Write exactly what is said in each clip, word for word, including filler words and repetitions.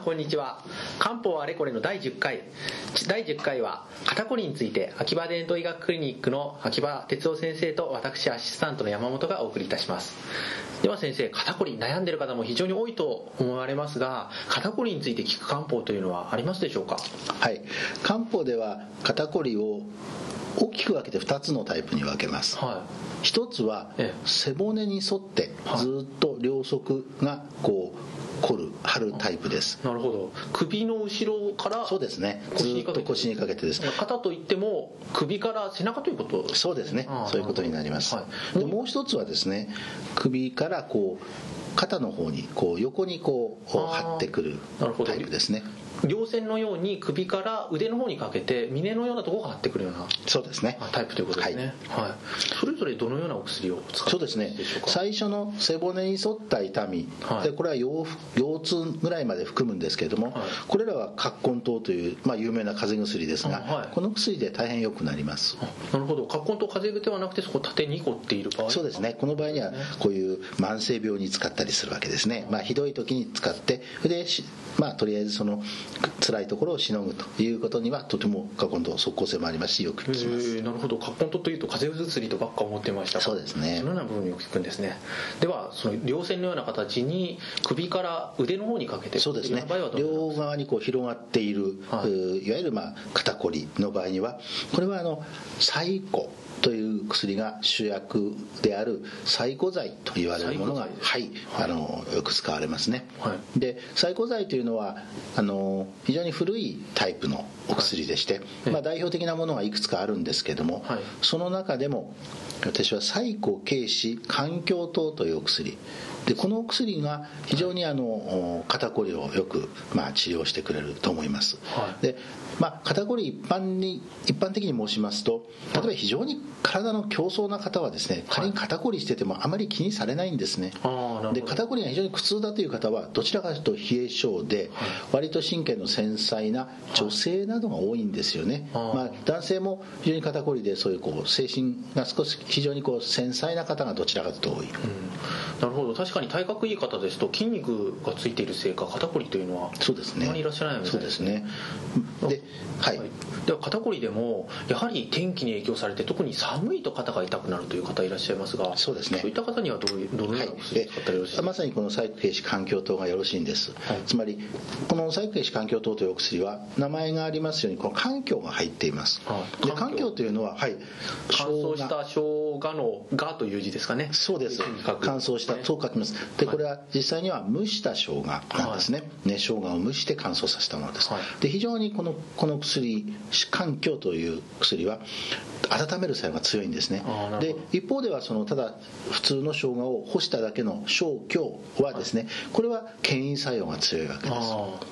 こんにちは。漢方あれこれのだいじゅっかいだいじゅっかいは肩こりについて秋葉伝統医学クリニックの秋葉哲夫先生と私アシスタントの山本がお送りいたします。では先生、肩こり悩んでいる方も非常に多いと思われますが、肩こりについて効く漢方というのはありますでしょうか？ はい、漢方では肩こりを大きく分けてふたつのタイプに分けます。はい、ひとつは背骨に沿ってずっと両側がこう凝る張るタイプです。 なるほど。首の後ろからそうですね、ずっと腰にかけてです。 肩といっても首から背中ということ？ そうですね、そういうことになります。はい、でもう一つはですね、首からこう肩の方にこう横にこう張ってくるタイプですね。 稜線のように首から腕の方にかけて峰のようなところが張ってくるようなそうですねタイプということですね。はい、はい、それぞれどのようなお薬を使っているんでしょうか？ そうですね、最初の背骨に沿った痛み、はい、でこれは 腰, 腰痛ぐらいまで含むんですけれども、はい、これらは葛根湯という、まあ、有名な風邪薬ですが、はい、この薬で大変良くなります。 なるほど。葛根湯風邪ではなくてそこ縦に凝っている場合？ そうですね、この場合にはこういう慢性病に使ったりするわけですね。まあ、ひどい時に使ってで、まあ、とりあえずその辛いところをしのぐということにはとても葛根湯即効性もありますしよく効きます。 なるほど。葛根湯というと風邪薬とばっか思ってましたが、 そうですね、 そのような部分によく効くんですね。ではその稜線のような形に首から腕の方にかけて、 そうですね、両側にこう広がっている、はい、いわゆるまあ肩こりの場合にはこれはあのサイコという薬が主役であるサイコ剤と言われるものが、はい、あのよく使われますね。はい、でサイコ剤というのはあの非常に古いタイプのお薬でして、はい、まあ、代表的なものがいくつかあるんですけども、はい、その中でも私はサイコ軽視環境糖というお薬で、このお薬が非常にあの肩こりをよく、まあ、治療してくれると思います。はい、で、まあ、肩こり一般に一般的に申しますと、例えば非常に体の強壮な方はですね、仮に肩こりしててもあまり気にされないんですね。はい、で肩こりが非常に苦痛だという方はどちらかというと冷え性で、はい、割と神経の繊細な女性などが多いんですよね。はい、まあ、男性も非常に肩こりでそういうこう精神が少し非常にこう繊細な方がどちらかというと多い。うん、 なるほど。確かに体格いい方ですと筋肉がついているせいか肩こりというのはそうですね、 あまりいらっしゃらないみたいですね。 そうですね。で、はい、 はい、では肩こりでもやはり天気に影響されて特に寒いと肩が痛くなるという方いらっしゃいますが、 そうですね、 そういった方にはどういうどのような薬を使ったらよろしいですか？ はい、まさにこのサイコ軽視環境糖がよろしいんです。はい、つまりこのサイコ軽視環境糖というお薬は名前がありますようにこの環境が入っています。はい、で環境というのは、はい、 乾燥した生姜の姜という字ですかね。 そうです、乾燥したと書きます。でこれは実際には蒸した生姜なんですね。はい、ね、生姜を蒸して乾燥させたものです。はい、で非常にこのこの薬環境という薬は温める作用が強いんですね。で一方ではそのただ普通の生姜を干しただけの生姜はですね、はい、これは牽引作用が強いわけです。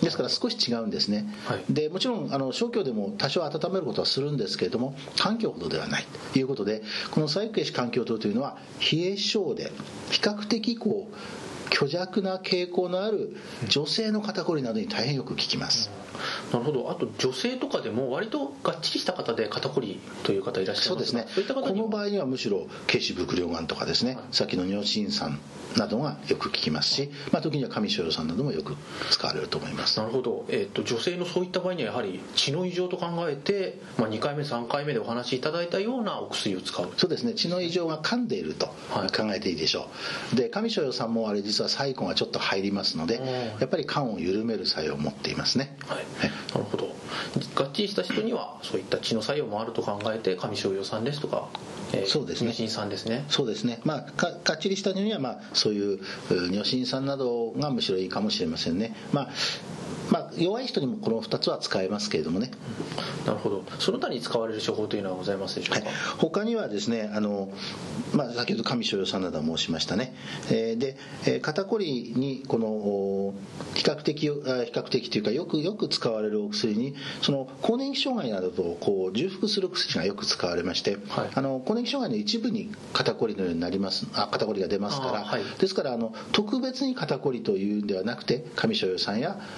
ですから少し違うんですね。はい、でもちろんあの生姜でも多少温めることはするんですけれども環境ほどではないということで、このサイコ軽視環境糖というのは冷え性で比較的こう虚弱な傾向のある女性の肩こりなどに大変よく効きます。 なるほど。あと女性とかでも割とがっちりした方で肩こりという方いらっしゃいますか？ そうですね。そういった方にこの場合にはむしろ軽視伏量丸とかですね、はい、さっきの尿心酸などがよく効きますし、まあ、時には上昇葉酸などもよく使われると思います。 なるほど。えー、と女性のそういった場合にはやはり血の異常と考えて、まあ、にかいめさんかいめでお話しいただいたようなお薬を使う。 そうですね、血の異常が噛んでいると考えていいでしょう。で上昇葉酸もあれ実はサイコがちょっと入りますので、やっぱり肝を緩める作用を持っていますね。はい、 なるほど。がっちりした人にはそういった血の作用もあると考えて上昇葉酸ですとか、えー、そうですね、尿心酸ですね。 そうですね、まあ、かがっちりした人には、まあ、そういう尿心酸などがむしろいいかもしれませんね。まあまあ、弱い人にもこのふたつは使えますけれどもね。 うん、なるほど。その他に使われる処方というのはございますでしょうか？はい、 他にはですね、あの、まあ、先ほど上昇葉酸などは申しましたね。えー、で、えー、肩こりにこの比較的比較的というかよくよく使われるお薬にその更年期障害などとこう重複する薬がよく使われまして、はい、あの更年期障害の一部に肩こりのようになりますあ肩こりが出ますから、はい、ですからあの特別に肩こりというんではなくて上昇葉酸や尿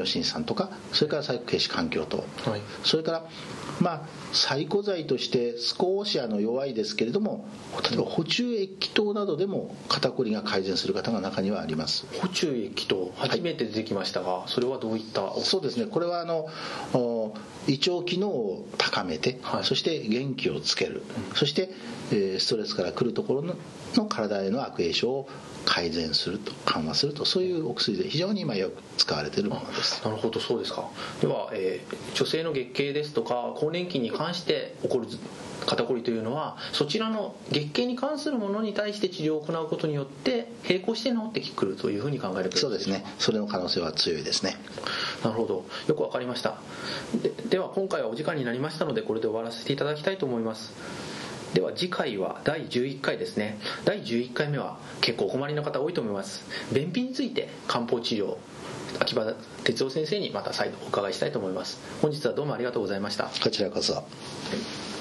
尿診さんとか、それから細工軽視環境等、 はい、 それからまあ細工剤として少しあの弱いですけれども、例えば補充液等などでも肩こりが改善する方が中にはあります。 補充液等初めて出てきましたが、はい、それはどういった？ そうですね、これはあの胃腸機能を高めて、はい、そして元気をつける、うん、そして、えー、ストレスから来るところ の, の体への悪影響を改善すると、緩和すると、そういうお薬で非常に今よく使われているものです。 なるほど、そうですか。では、えー、女性の月経ですとか更年期に関して起こる肩こりというのは、そちらの月経に関するものに対して治療を行うことによって並行して治ってくるというふうに考えればいいですか？ そうですね、それの可能性は強いですね。 なるほど、よくわかりました。 で, では今回はお時間になりましたので、これで終わらせていただきたいと思います。では次回はだいじゅういっかいですね。だいじゅういっかいめは結構お困りの方多いと思います。便秘について漢方治療、秋葉哲夫先生にまた再度お伺いしたいと思います。本日はどうもありがとうございました。 こちらこそ。 はい。